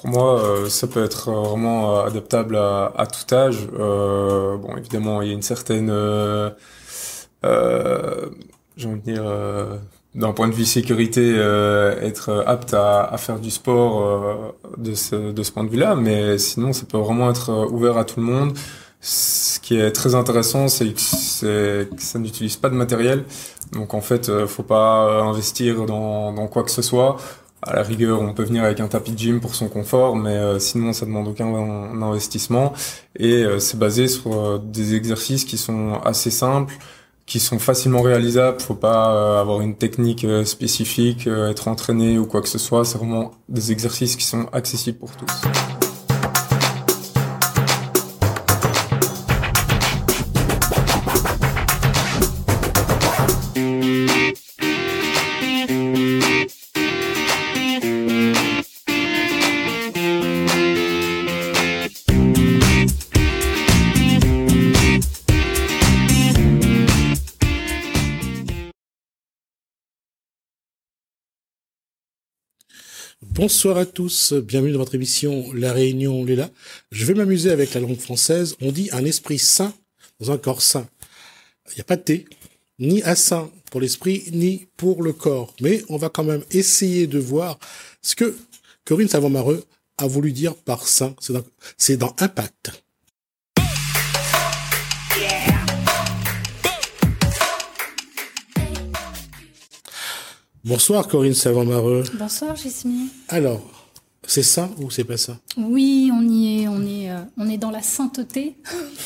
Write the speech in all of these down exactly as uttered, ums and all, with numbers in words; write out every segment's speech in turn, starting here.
pour moi, euh, ça peut être vraiment adaptable à, à tout âge. Euh, bon, évidemment, il y a une certaine, euh, euh, j'ai envie de dire, euh, d'un point de vue sécurité, euh, être apte à, à faire du sport euh, de ce, de ce point de vue-là. Mais sinon, ça peut vraiment être ouvert à tout le monde. Ce qui est très intéressant, c'est que, c'est que ça n'utilise pas de matériel. Donc en fait, euh, faut pas investir dans, dans quoi que ce soit. À la rigueur, on peut venir avec un tapis de gym pour son confort, mais euh, sinon, ça demande aucun investissement. Et euh, c'est basé sur euh, des exercices qui sont assez simples, qui sont facilement réalisables. Faut pas euh, avoir une technique euh, spécifique, euh, être entraîné ou quoi que ce soit. C'est vraiment des exercices qui sont accessibles pour tous. Bonsoir à tous, bienvenue dans votre émission La Réunion Léla. Je vais m'amuser avec la langue française. On dit un esprit sain dans un corps sain. Il n'y a pas de thé, ni à sain pour l'esprit, ni pour le corps. Mais on va quand même essayer de voir ce que Corinne Savant-Mareux a voulu dire par sain. C'est dans, c'est dans Impact. Bonsoir Corinne Savant-Mareux. Bonsoir Jesmine. Alors, c'est ça ou c'est pas ça? Oui, on y est, on est, euh, on est dans la sainteté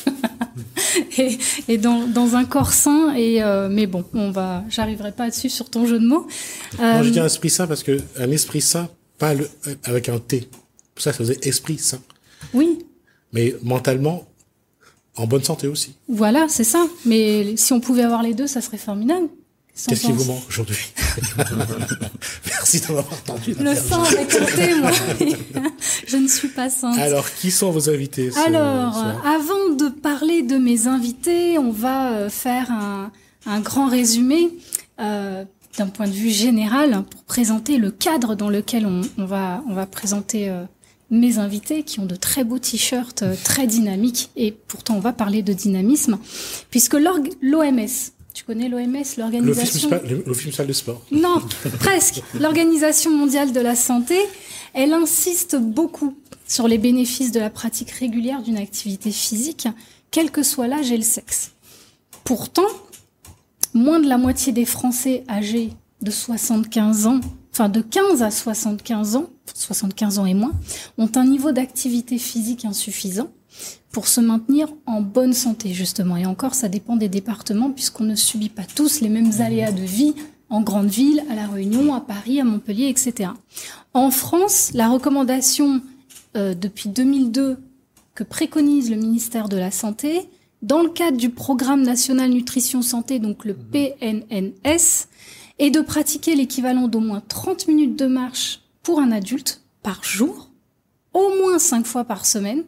et, et dans, dans un corps sain. Et euh, mais bon, on va, j'arriverai pas dessus sur ton jeu de mots. Euh, Moi, je dis un esprit sain parce que un esprit sain, pas le, avec un T. Pour ça, ça faisait esprit sain. Oui. Mais mentalement, en bonne santé aussi. Voilà, c'est ça. Mais si on pouvait avoir les deux, ça serait formidable. Qu'est-ce qui vous manque aujourd'hui? Merci d'avoir entendu. Le sang avec le thé, moi. Je ne suis pas sainte. Alors, qui sont vos invités ce Alors, soir? Avant de parler de mes invités, on va faire un, un grand résumé euh, d'un point de vue général pour présenter le cadre dans lequel on, on va, on va présenter euh, mes invités qui ont de très beaux t-shirts euh, très dynamiques. Et pourtant, on va parler de dynamisme puisque l'O M S... Tu connais l'O M S, l'organisation... L'Office municipal de sport. Non, presque. L'Organisation mondiale de la santé, elle insiste beaucoup sur les bénéfices de la pratique régulière d'une activité physique, quel que soit l'âge et le sexe. Pourtant, moins de la moitié des Français âgés de soixante-quinze ans, enfin de quinze à soixante-quinze ans, soixante-quinze ans et moins, ont un niveau d'activité physique insuffisant pour se maintenir en bonne santé, justement. Et encore, ça dépend des départements, puisqu'on ne subit pas tous les mêmes aléas de vie en grande ville, à La Réunion, à Paris, à Montpellier, et cetera. En France, la recommandation euh, depuis deux mille deux que préconise le ministère de la Santé, dans le cadre du Programme national nutrition santé, donc le P N N S, est de pratiquer l'équivalent d'au moins trente minutes de marche pour un adulte par jour, au moins cinq fois par semaine.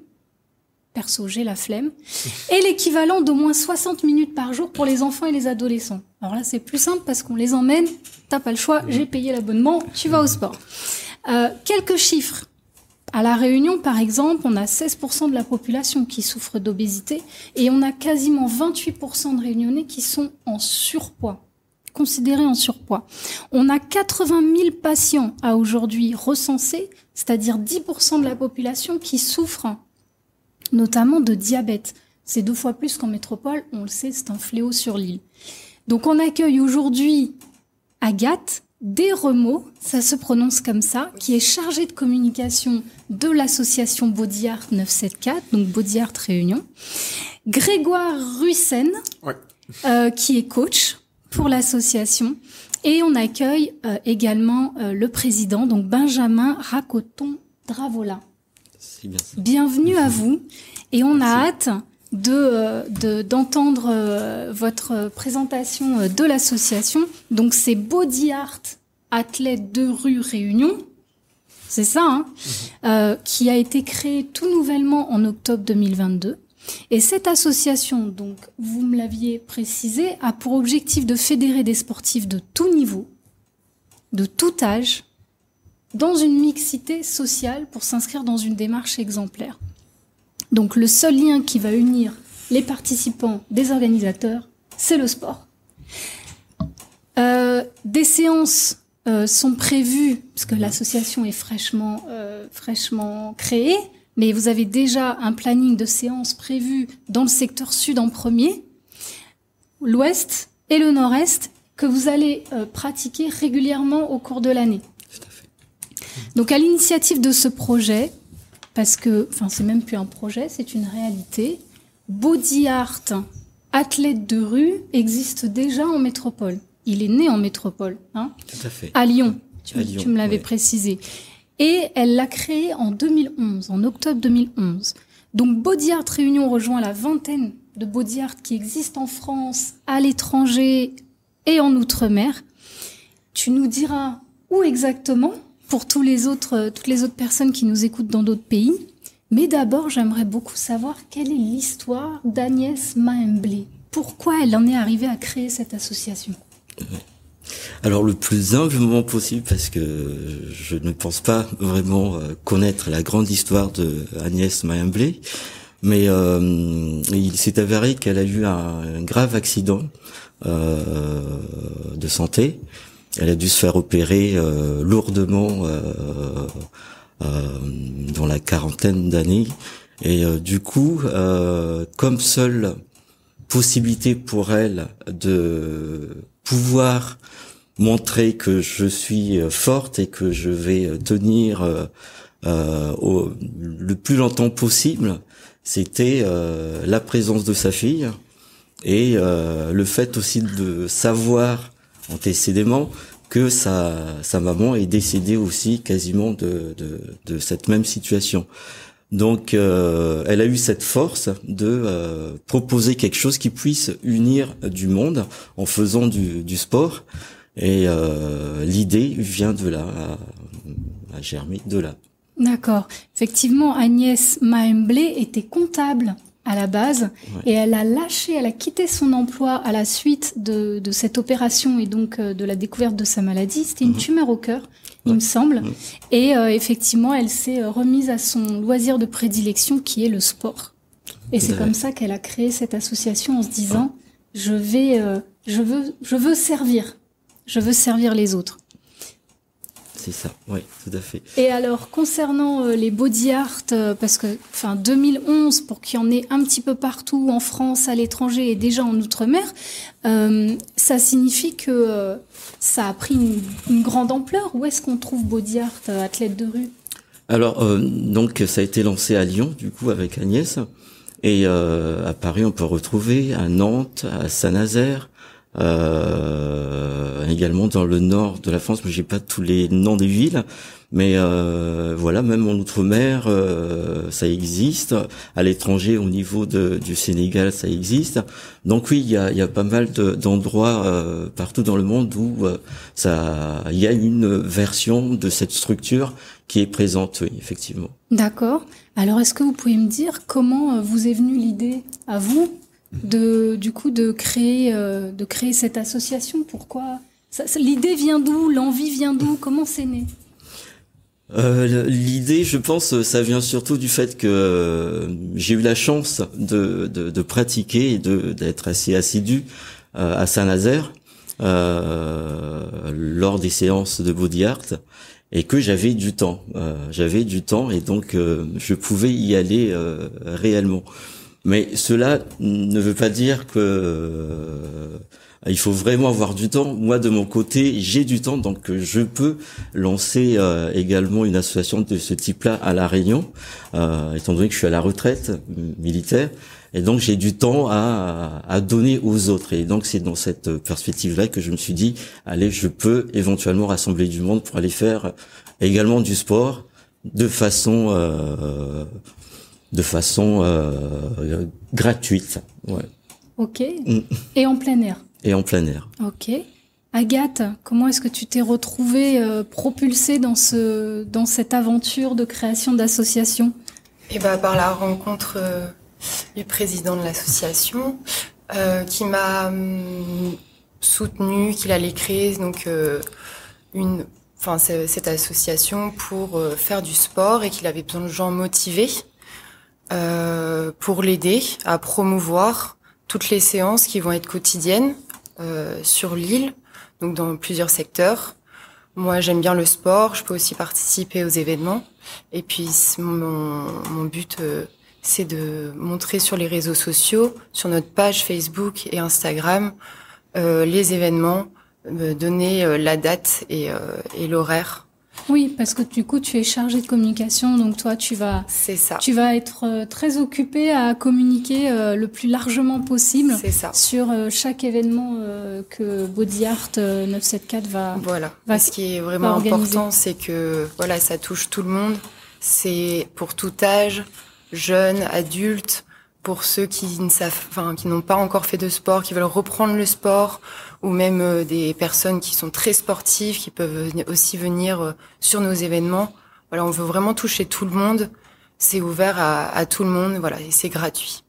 Perso, j'ai la flemme, et l'équivalent d'au moins soixante minutes par jour pour les enfants et les adolescents. Alors là, c'est plus simple parce qu'on les emmène, t'as pas le choix, j'ai payé l'abonnement, tu vas au sport. Euh, quelques chiffres. À La Réunion, par exemple, on a seize pour cent de la population qui souffre d'obésité et on a quasiment vingt-huit pour cent de Réunionnais qui sont en surpoids, considérés en surpoids. On a quatre-vingt mille patients à aujourd'hui recensés, c'est-à-dire dix pour cent de la population qui souffrent notamment de diabète. C'est deux fois plus qu'en métropole, on le sait, c'est un fléau sur l'île. Donc on accueille aujourd'hui Agathe Desremeaux, ça se prononce comme ça, qui est chargée de communication de l'association Body Art neuf cent soixante-quatorze, donc Body Art Réunion. Grégoire Russen, ouais. euh, qui est coach pour l'association. Et on accueille euh, également euh, le président, donc Benjamin Racoton-Dravola. Bien Bienvenue à vous et on a hâte de, de d'entendre euh, votre présentation de l'association. Donc c'est Body Art Athlète de rue Réunion, c'est ça, hein, mmh. euh, qui a été créé tout nouvellement en octobre deux mille vingt-deux. Et cette association, donc vous me l'aviez précisé, a pour objectif de fédérer des sportifs de tout niveau, de tout âge, dans une mixité sociale pour s'inscrire dans une démarche exemplaire. Donc le seul lien qui va unir les participants des organisateurs, c'est le sport. Euh, des séances euh, sont prévues, parce que l'association est fraîchement, euh, fraîchement créée, mais vous avez déjà un planning de séances prévues dans le secteur sud en premier, l'ouest et le nord-est, que vous allez euh, pratiquer régulièrement au cours de l'année. Tout à fait. Donc à l'initiative de ce projet, parce que, enfin c'est même plus un projet, c'est une réalité, Body Art, athlète de rue, existe déjà en métropole. Il est né en métropole, hein, Tout à fait. à Lyon, tu, À Lyon, tu me l'avais ouais. précisé. Et elle l'a créé en deux mille onze, en octobre deux mille onze. Donc Body Art Réunion rejoint la vingtaine de Body Art qui existent en France, à l'étranger et en Outre-mer. Tu nous diras où exactement, pour tous les autres, toutes les autres personnes qui nous écoutent dans d'autres pays. Mais d'abord, j'aimerais beaucoup savoir quelle est l'histoire d'Agnès Maemblé. Pourquoi elle en est arrivée à créer cette association ? Alors le plus humblement possible, parce que je ne pense pas vraiment connaître la grande histoire de Agnès Maemblé, mais euh, il s'est avéré qu'elle a eu un, un grave accident euh, de santé. Elle a dû se faire opérer euh, lourdement euh, euh, dans la quarantaine d'années, et euh, du coup, euh, comme seule possibilité pour elle de pouvoir montrer que je suis forte et que je vais tenir euh, euh, au, le plus longtemps possible, c'était euh, la présence de sa fille et euh, le fait aussi de savoir antécédemment que sa, sa maman est décédée aussi quasiment de, de, de cette même situation. Donc, euh, elle a eu cette force de euh, proposer quelque chose qui puisse unir du monde en faisant du, du sport. Et euh, l'idée vient de là, a, a germé de là. D'accord. Effectivement, Agnès Maemblé était comptable à la base, ouais. Et elle a lâché, elle a quitté son emploi à la suite de, de cette opération et donc euh, de la découverte de sa maladie. C'était une mmh. tumeur au cœur, il ouais. me semble. Mmh. Et euh, effectivement, elle s'est remise à son loisir de prédilection qui est le sport. Et c'est comme ça qu'elle a créé cette association en se disant ouais. je vais, euh, je veux, je veux servir, je veux servir les autres. C'est ça, oui, tout à fait. Et alors, concernant euh, les body art, euh, parce que, enfin, deux mille onze, pour qu'il y en ait un petit peu partout, en France, à l'étranger et déjà en Outre-mer, euh, ça signifie que euh, ça a pris une, une grande ampleur. Où est-ce qu'on trouve body art, euh, athlète de rue ? Alors, euh, donc, ça a été lancé à Lyon, du coup, avec Agnès. Et euh, à Paris, on peut retrouver à Nantes, à Saint-Nazaire, Euh, également dans le nord de la France, mais j'ai pas tous les noms des villes, mais euh, voilà, même en outre-mer, euh, ça existe. À l'étranger, au niveau de, du Sénégal, ça existe. Donc oui, il y a, il y a pas mal de, d'endroits euh, partout dans le monde où euh, ça, il y a une version de cette structure qui est présente, oui, effectivement. D'accord. Alors, est-ce que vous pouvez me dire comment vous est venue l'idée à vous? De, du coup, de créer, euh, de créer cette association. Pourquoi ça, ça, l'idée vient d'où? L'envie vient d'où? Comment c'est né? Euh, l'idée, je pense, ça vient surtout du fait que euh, j'ai eu la chance de, de, de pratiquer et de, d'être assez assidu euh, à Saint-Nazaire euh, lors des séances de body art et que j'avais du temps. Euh, j'avais du temps et donc euh, je pouvais y aller euh, réellement. Mais cela ne veut pas dire que euh, il faut vraiment avoir du temps. Moi, de mon côté, j'ai du temps, donc je peux lancer euh, également une association de ce type-là à La Réunion, euh, étant donné que je suis à la retraite militaire, et donc j'ai du temps à, à donner aux autres. Et donc c'est dans cette perspective-là que je me suis dit, allez, je peux éventuellement rassembler du monde pour aller faire également du sport de façon euh, de façon euh, gratuite. Ouais. Ok. Mm. Et en plein air. Et en plein air. Ok. Agathe, comment est-ce que tu t'es retrouvée euh, propulsée dans ce dans cette aventure de création d'association? Et bah par la rencontre euh, du président de l'association euh, qui m'a hum, soutenue qu'il allait créer donc euh, une enfin cette association pour euh, faire du sport et qu'il avait besoin de gens motivés euh, pour l'aider à promouvoir toutes les séances qui vont être quotidiennes euh, sur l'île, donc dans plusieurs secteurs. Moi, j'aime bien le sport, je peux aussi participer aux événements. Et puis, mon, mon but, euh, c'est de montrer sur les réseaux sociaux, sur notre page Facebook et Instagram, euh, les événements, euh, donner euh, la date et, euh, et l'horaire. Oui, parce que du coup, tu es chargé de communication, donc toi, tu vas, c'est ça. Tu vas être euh, très occupé à communiquer euh, le plus largement possible c'est ça. sur euh, chaque événement euh, que Body Art euh, neuf cent soixante-quatorze va. Voilà. Va, ce qui est vraiment important, c'est que voilà, ça touche tout le monde. C'est pour tout âge, jeunes, adultes, pour ceux qui ne savent, enfin, qui n'ont pas encore fait de sport, qui veulent reprendre le sport, ou même euh, des personnes qui sont très sportives, qui peuvent aussi venir euh, sur nos événements. Voilà, on veut vraiment toucher tout le monde. C'est ouvert à, à tout le monde, voilà, et c'est gratuit.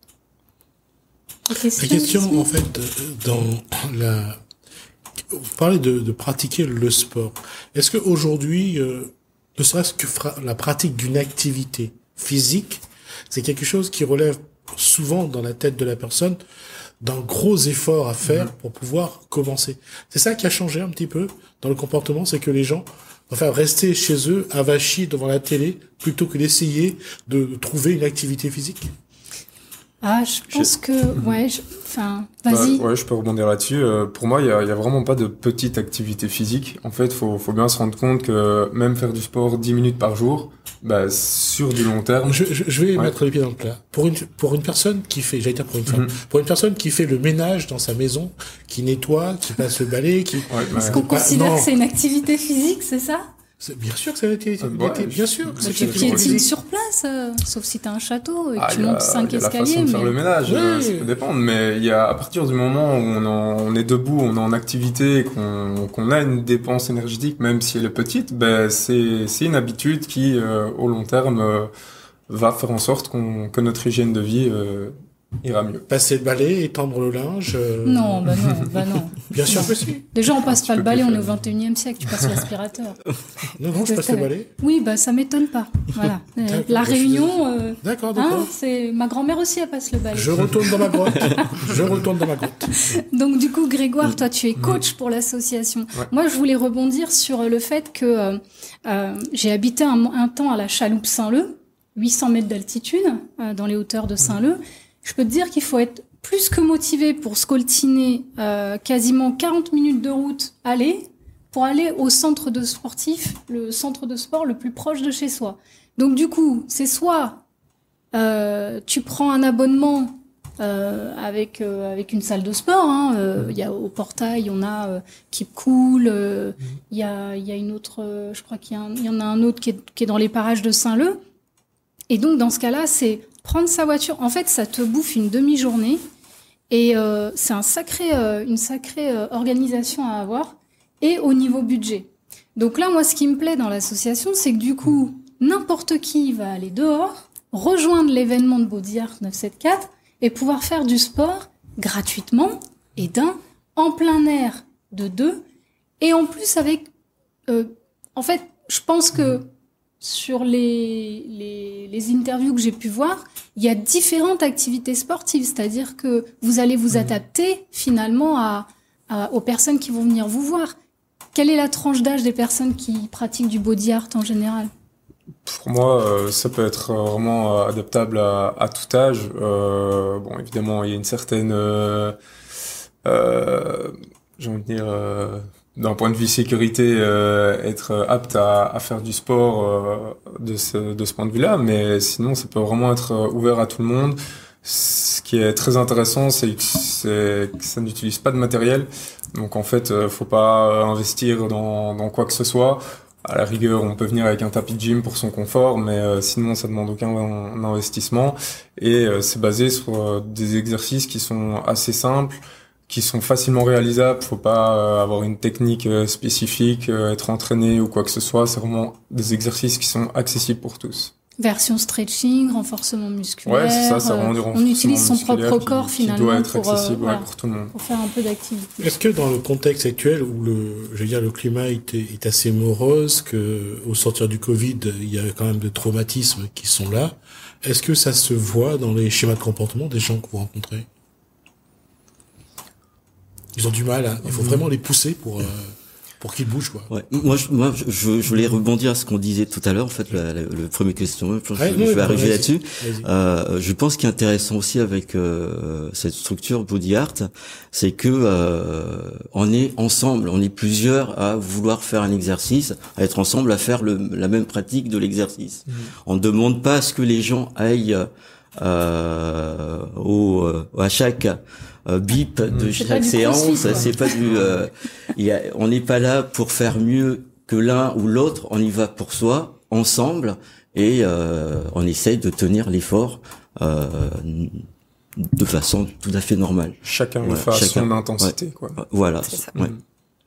La question, en fait, dans la, vous parlez de, de pratiquer le sport. Est-ce que aujourd'hui, euh, ne serait-ce que fra- la pratique d'une activité physique, c'est quelque chose qui relève souvent dans la tête de la personne d'un gros effort à faire pour pouvoir commencer. C'est ça qui a changé un petit peu dans le comportement, c'est que les gens préfèrent rester chez eux, avachis devant la télé, plutôt que d'essayer de, de trouver une activité physique. Ah, je pense je... que, ouais, je... enfin, vas-y. Bah, ouais, je peux rebondir là-dessus. Euh, pour moi, il y a, y a vraiment pas de petite activité physique. En fait, faut, faut bien se rendre compte que même faire du sport dix minutes par jour, bah, sur du long terme. Je, je, je vais ouais. mettre les pieds dans le plat. Pour une, pour une personne qui fait, j'allais dire pour une femme, mm-hmm. pour une personne qui fait le ménage dans sa maison, qui nettoie, qui passe le balai, qui. Ouais, bah, Est-ce qu'on bah, considère non. que c'est une activité physique, c'est ça? C'est bien sûr que ça a été, euh, ouais, bien sûr. Mais tu piétines sur place, euh, sauf si t'as un château et que ah, tu montes cinq escaliers. Il y a la façon de mais... faire le ménage, oui. euh, ça peut dépendre. Mais il y a, à partir du moment où on, en, on est debout, on est en activité, qu'on, qu'on a une dépense énergétique, même si elle est petite, ben c'est, c'est une habitude qui, euh, au long terme, euh, va faire en sorte qu'on, que notre hygiène de vie euh, ira mieux. Passer le balai, étendre le linge. Euh... Non, bah non, bah non. Bien sûr que si. Déjà, on passe pas le balai, on est au vingt et unième siècle, tu passes l'aspirateur. Non, non, je passe le balai. Oui, bah ça m'étonne pas. Voilà. La Réunion. Euh, d'accord, d'accord. Hein, c'est ma grand-mère aussi, elle passe le balai. Je retourne dans ma grotte. Je retourne dans ma grotte. Donc du coup, Grégoire, toi, tu es coach pour l'association. Ouais. Moi, je voulais rebondir sur le fait que euh, euh, j'ai habité un, un temps à la Chaloupe Saint-Leu, huit cents mètres d'altitude, euh, dans les hauteurs de Saint-Leu. Je peux te dire qu'il faut être plus que motivé pour scoltiner euh, quasiment quarante minutes de route aller pour aller au centre de sportif, le centre de sport le plus proche de chez soi. Donc du coup, c'est soit euh, tu prends un abonnement euh, avec euh, avec une salle de sport. Hein, euh, il y a au portail, on a euh, Keep Cool. Euh, il y a il y a une autre, euh, je crois qu'il y, a un, il y en a un autre qui est qui est dans les parages de Saint-Leu. Et donc dans ce cas-là, c'est prendre sa voiture, en fait, ça te bouffe une demi-journée et euh, c'est un sacré, euh, une sacrée euh, organisation à avoir et au niveau budget. Donc là, moi, ce qui me plaît dans l'association, c'est que du coup, n'importe qui va aller dehors, rejoindre l'événement de Body Art neuf cent soixante-quatorze et pouvoir faire du sport gratuitement et d'un, en plein air de deux et en plus avec... Euh, en fait, je pense que sur les, les, les interviews que j'ai pu voir, il y a différentes activités sportives, c'est-à-dire que vous allez vous adapter finalement à, à, aux personnes qui vont venir vous voir. Quelle est la tranche d'âge des personnes qui pratiquent du body art en général ? Pour moi, euh, ça peut être vraiment euh, adaptable à, à tout âge. Euh, bon, évidemment, il y a une certaine, euh, euh, j'ai envie de dire, euh, d'un point de vue sécurité, euh, être apte à, à faire du sport euh, de ce de ce point de vue-là, mais sinon, ça peut vraiment être ouvert à tout le monde. Ce qui est très intéressant, c'est que, c'est que ça n'utilise pas de matériel, donc en fait, faut pas investir dans dans quoi que ce soit. À la rigueur, on peut venir avec un tapis de gym pour son confort, mais euh, sinon, ça demande aucun investissement. Et euh, c'est basé sur euh, des exercices qui sont assez simples, qui sont facilement réalisables. Faut pas euh, avoir une technique euh, spécifique, euh, être entraîné ou quoi que ce soit. C'est vraiment des exercices qui sont accessibles pour tous. Version stretching, renforcement musculaire. Ouais, c'est ça, ça rend du renforcement on utilise son musculaire propre qui, corps qui finalement doit être pour, accessible euh, ouais, voilà, pour tout le monde. pour faire un peu d'activité. Est-ce que dans le contexte actuel où le, je veux dire, le climat est, est assez morose, que au sortir du Covid, il y a quand même des traumatismes qui sont là, est-ce que ça se voit dans les schémas de comportement des gens que vous rencontrez? Ils ont du mal, hein. Il faut vraiment les pousser pour... Euh, pour qu'ils bougent, quoi. Ouais. Moi, je, moi, je, je voulais rebondir à ce qu'on disait tout à l'heure. En fait, la, la, le premier question, je, ouais, je, non, je vais arriver vas-y, là-dessus. vas-y. Euh, je pense qu'il est intéressant aussi avec euh, cette structure Body Art, c'est que euh, on est ensemble, on est plusieurs à vouloir faire un exercice, à être ensemble, à faire le, la même pratique de l'exercice. Mmh. On ne demande pas à ce que les gens aillent euh, au, à chaque Euh, bip de c'est chaque séance, crossfit, c'est pas du. Euh, y a, on n'est pas là pour faire mieux que l'un ou l'autre. On y va pour soi, ensemble, et euh, on essaye de tenir l'effort euh, de façon tout à fait normale. Chacun voilà, le fait à chacun, son intensité, ouais, quoi. Voilà. C'est ça. Ouais.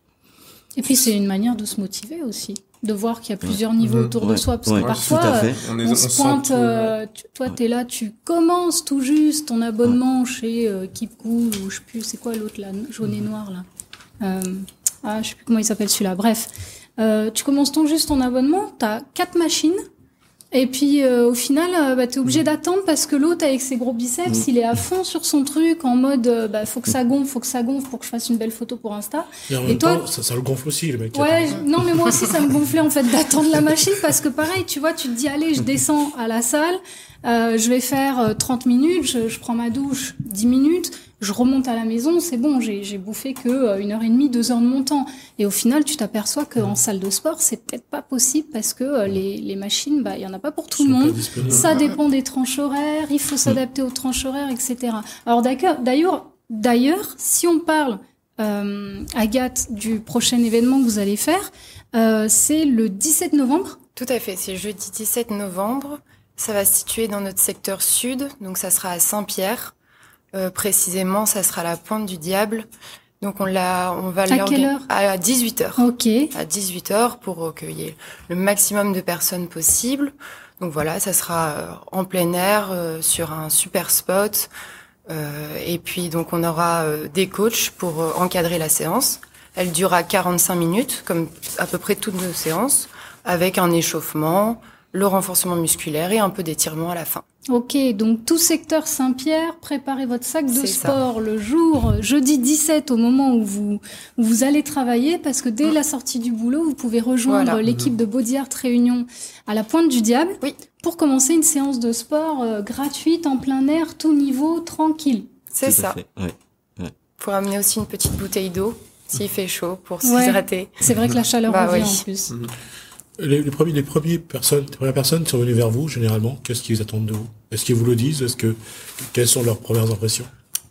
Et puis c'est une manière de se motiver aussi, de voir qu'il y a plusieurs niveaux autour ouais, de soi, parce ouais, que parfois euh, on, est, on, on se pointe, euh, tu, toi ouais. t'es là, tu commences tout juste ton abonnement ouais. chez euh, Keep Cool, ou je sais plus, c'est quoi l'autre là, jaune et noir là, euh, ah je sais plus comment il s'appelle celui-là, bref, euh, tu commences tout juste ton abonnement, t'as quatre machines, et puis euh, au final, euh, bah, t'es obligé d'attendre parce que l'autre avec ses gros biceps, mmh. il est à fond sur son truc en mode, euh, bah faut que ça gonfle, faut que ça gonfle pour que je fasse une belle photo pour Insta. Et en et même toi, temps, ça, ça le gonfle aussi, le mec. Ouais, je, non mais moi aussi ça me gonflait en fait d'attendre la machine parce que pareil, tu vois, tu te dis allez, je descends à la salle, euh, je vais faire euh, trente minutes, je, je prends ma douche dix minutes. Je remonte à la maison, c'est bon, j'ai, j'ai bouffé que euh, une heure et demie, deux heures de mon temps. Et au final, tu t'aperçois qu'en salle de sport, c'est peut-être pas possible parce que euh, les, les machines, bah, il y en a pas pour tout le monde. Ça dépend des tranches horaires, il faut s'adapter aux tranches horaires, et cetera. Alors d'accord, d'ailleurs, d'ailleurs, si on parle, euh, Agathe, du prochain événement que vous allez faire, euh, c'est le dix-sept novembre. Tout à fait, c'est jeudi dix-sept novembre. Ça va se situer dans notre secteur sud, donc ça sera à Saint-Pierre. Euh, précisément, ça sera la Pointe du Diable. Donc on l'a, on va à quelle heure? À dix-huit heures. Ok. À dix-huit heures pour recueillir le maximum de personnes possible. Donc voilà, ça sera en plein air euh, sur un super spot. Euh, et puis donc on aura euh, des coachs pour euh, encadrer la séance. Elle durera quarante-cinq minutes, comme à peu près toutes nos séances, avec un échauffement, le renforcement musculaire et un peu d'étirement à la fin. Ok, donc tout secteur Saint-Pierre, préparez votre sac de C'est sport ça. le jour, jeudi dix-sept, au moment où vous, où vous allez travailler, parce que dès mmh. la sortie du boulot, vous pouvez rejoindre voilà. l'équipe de Body Art Réunion à la Pointe du Diable oui. pour commencer une séance de sport euh, gratuite, en plein air, tout niveau, tranquille. C'est tout ça. Ouais. Ouais. Pour amener aussi une petite bouteille d'eau, s'il fait chaud, pour ouais. s'hydrater. C'est vrai que la chaleur bah, revient oui. en plus. Mmh. Les, les, premiers, les, premiers personnes, les premières personnes qui sont venues vers vous, généralement, qu'est-ce qu'ils attendent de vous? Est-ce qu'ils vous le disent? Est-ce que, quelles sont leurs premières impressions?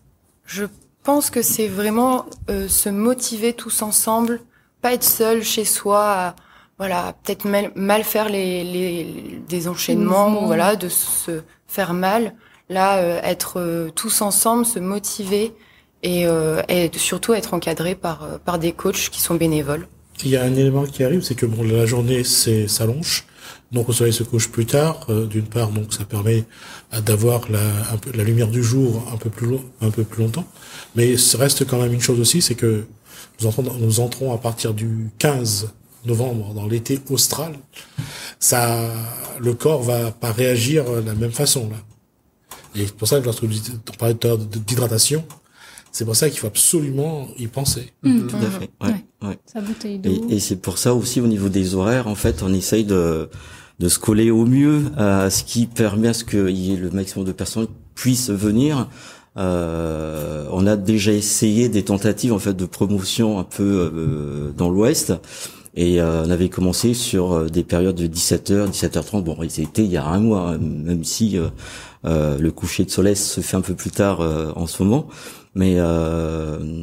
Je pense que c'est vraiment euh, se motiver tous ensemble, pas être seul chez soi, à, voilà, peut-être mal, mal faire les, les, des enchaînements, voilà, de se faire mal. Là, euh, être euh, tous ensemble, se motiver et, euh, et surtout être encadré par, euh, par des coachs qui sont bénévoles. Il y a un élément qui arrive, c'est que bon, la journée c'est s'allonge, donc le soleil se couche plus tard. Euh, d'une part, donc ça permet d'avoir la, un peu, la lumière du jour un peu plus long, un peu plus longtemps. Mais ça reste quand même une chose aussi, c'est que nous entrons, nous entrons à partir du quinze novembre dans l'été austral. Ça, le corps va pas réagir de la même façon là. Et c'est pour ça que lorsque on parlait d'hydratation, c'est pour ça qu'il faut absolument y penser. Mmh. Tout à fait. Ouais, ouais. Ouais. Sa bouteille d'eau. Et, et c'est pour ça aussi au niveau des horaires, en fait, on essaye de de se coller au mieux à ce qui permet à ce qu'il y ait le maximum de personnes puissent venir. Euh, on a déjà essayé des tentatives en fait de promotion un peu euh, dans l'Ouest. Et euh, on avait commencé sur des périodes de dix-sept heures, dix-sept heures trente. Bon, c'était il y a un mois, hein, même si euh, euh, le coucher de soleil se fait un peu plus tard euh, en ce moment. Mais euh,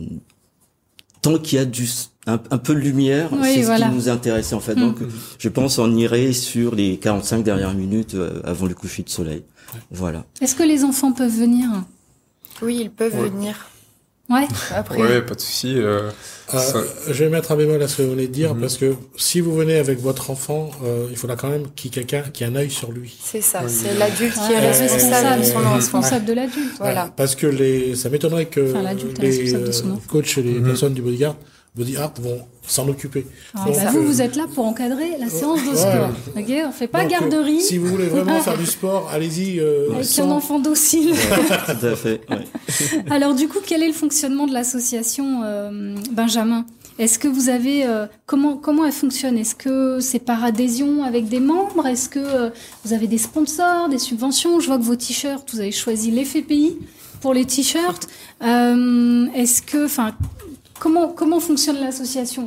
tant qu'il y a du un, un peu de lumière, oui, c'est voilà. ce qui nous intéressait en fait. Mmh. Donc, je pense on irait sur les quarante-cinq dernières minutes euh, avant le coucher de soleil. Voilà. Est-ce que les enfants peuvent venir? Oui, ils peuvent ouais. venir. Ouais. Après. Ouais, pas de souci. Euh, Euh, ça- je vais mettre un bémol à ce que vous venez de dire, Mhm. parce que si vous venez avec votre enfant, euh, il faudra quand même qu'il y ait quelqu'un qui ait un œil sur lui. C'est ça, Oui. c'est l'adulte qui Ouais, est responsable de euh, son euh, enfant. responsable de l'adulte. Voilà. Ouais, parce que les, ça m'étonnerait que Enfin, l'adulte est les responsable de son euh, enfant. coachs et les Mhm. personnes du bodyguard, bodyguard vont s'en occuper. Ah, Donc, bah, euh, vous, vous êtes là pour encadrer la séance de ouais. sport. Ok, on fait pas donc, euh, garderie si vous voulez vraiment faire du sport, allez-y. Euh, avec sans- un enfant docile. Tout à fait. Ouais. Alors du coup, quel est le fonctionnement de l'association euh, Benjamin? Est-ce que vous avez euh, comment comment elle fonctionne? Est-ce que c'est par adhésion avec des membres? Est-ce que euh, vous avez des sponsors, des subventions? Je vois que vos t-shirts, vous avez choisi l'F P I pour les t-shirts. Euh, est-ce que, enfin, comment comment fonctionne l'association?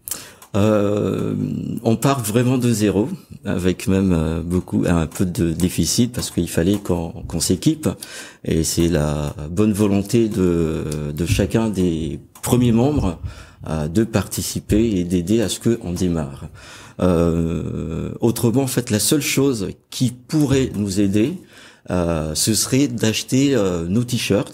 Euh, on part vraiment de zéro, avec même euh, beaucoup un peu de déficit parce qu'il fallait qu'on qu'on s'équipe, et c'est la bonne volonté de de chacun des premiers membres euh, de participer et d'aider à ce que on démarre. Euh, autrement, en fait, la seule chose qui pourrait nous aider, euh, ce serait d'acheter euh, nos t-shirts.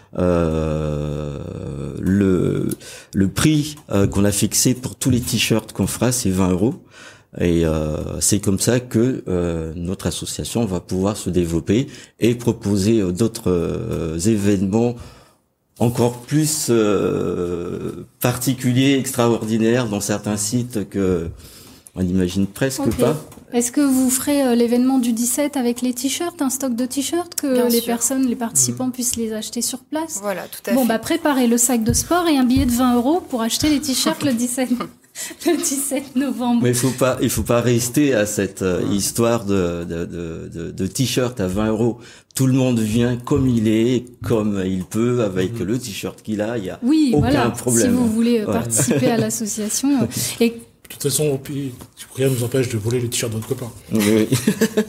Euh, le le prix euh, qu'on a fixé pour tous les t-shirts qu'on fera, c'est vingt euros, et euh, c'est comme ça que euh, notre association va pouvoir se développer et proposer euh, d'autres euh, événements encore plus euh, particuliers, extraordinaires dans certains sites que on n'imagine presque Ok. pas. Est-ce que vous ferez euh, l'événement du dix-sept avec les t-shirts, un stock de t-shirts, que Bien les sûr. personnes, les participants puissent les acheter sur place? Voilà, tout à Bon, fait. bah, préparez le sac de sport et un billet de vingt euros pour acheter les t-shirts le dix-sept, le dix-sept novembre. Mais il faut pas, il faut pas rester à cette euh, histoire de de de, de, de t-shirt à vingt euros. Tout le monde vient comme il est, comme il peut, avec le t-shirt qu'il a. Il y a Oui, aucun voilà. problème. Si vous voulez euh, Ouais. participer à l'association. euh, Et De toute façon, puis, rien ne nous empêche de voler les t-shirts de notre copain. Oui, oui.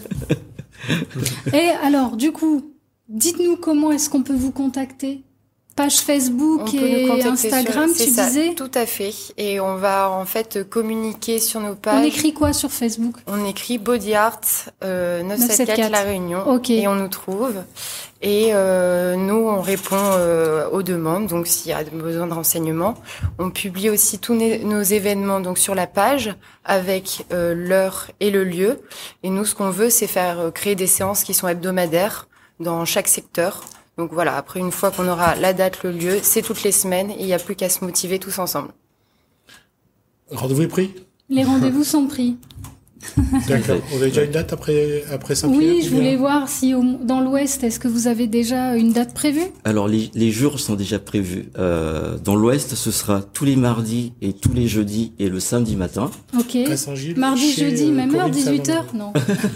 Et alors, du coup, dites-nous comment est-ce qu'on peut vous contacter? Page Facebook On peut nous et contacter Instagram, sur- tu c'est ça, disais? Tout à fait. Et on va en fait communiquer sur nos On pages. écrit quoi sur Facebook? On écrit Body Art euh, neuf cent soixante-quatorze La Réunion. Ok. Et on nous trouve. Et euh, nous, on répond euh, aux demandes. Donc, s'il y a besoin de renseignements, on publie aussi tous nos, nos événements donc sur la page avec euh, l'heure et le lieu. Et nous, ce qu'on veut, c'est faire euh, créer des séances qui sont hebdomadaires dans chaque secteur. Donc voilà, après une fois qu'on aura la date, le lieu, c'est toutes les semaines et il n'y a plus qu'à se motiver tous ensemble. Rendez-vous est pris? Les rendez-vous sont pris. D'accord. Vous avez déjà une date après, après Saint-Pierre? Oui, ou je bien- voulais voir si au- dans l'Ouest, est-ce que vous avez déjà une date prévue? Alors les, les jours sont déjà prévus. Euh, dans l'Ouest, ce sera tous les mardis et tous les jeudis et le samedi matin. Ok. À Saint-Gilles, Mardi, chez, jeudi, euh, même heure, Corinne dix-huit heures? Salmon. Non.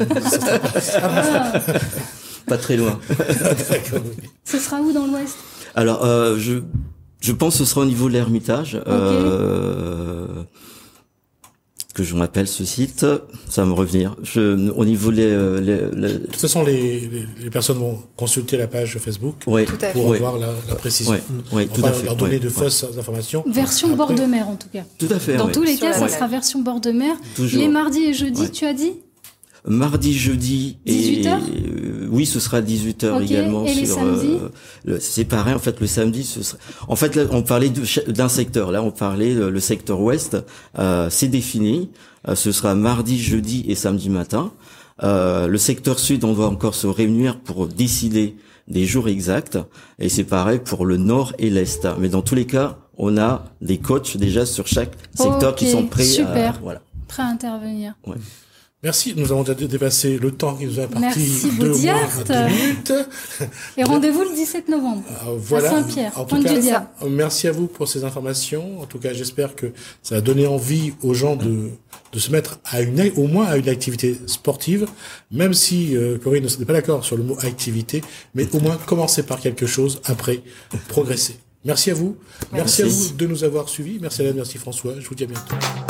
Ah, Pas très loin. D'accord, oui. ce sera où dans l'Ouest? Alors, euh, je je pense que ce sera au niveau de l'Ermitage. Euh, que je m'appelle ce site, ça va me revenir. Je, au niveau les, les, les... De toute façon, les, les, les personnes vont consulter la page Facebook Ouais, Tout à fait. pour ouais, avoir la, la précision. ouais, ouais, On tout va à fait. leur donner ouais, de ouais. fausses informations. Version Après- bord de mer, en tout cas. Tout à fait. Dans ouais. tous les Sur cas, la ça web. sera version bord de mer. Toujours. Les mardis et jeudis, Ouais. tu as dit? Mardi, jeudi et dix-huit heures euh, oui, ce sera dix-huit heures Ok, également. et les sur, samedis euh, le- c'est pareil. En fait, le samedi, ce sera. En fait, là, on parlait de cha- d'un secteur. Là, on parlait euh, le secteur ouest. Euh, c'est défini. Euh, ce sera mardi, jeudi et samedi matin. Euh, le secteur sud, on doit encore se réunir pour décider des jours exacts. Et c'est pareil pour le nord et l'est. Mais dans tous les cas, on a des coachs déjà sur chaque secteur Ok, qui sont prêts. super. À, voilà. Prêt à intervenir. Merci, nous avons déjà dépassé le temps qui nous a imparti Merci, deux Body mois Art. à deux minutes. Et rendez-vous le dix-sept novembre. Euh, voilà. À Saint-Pierre, En tout Pointe cas, du Diable. euh, merci à vous pour ces informations. En tout cas, j'espère que ça a donné envie aux gens de, de se mettre à une, au moins à une activité sportive, même si euh, Corinne ne n'est pas d'accord sur le mot activité, mais au moins commencer par quelque chose, après progresser. Merci à vous. Merci, Merci. à vous de nous avoir suivis. Merci Alain, merci François. Je vous dis à bientôt.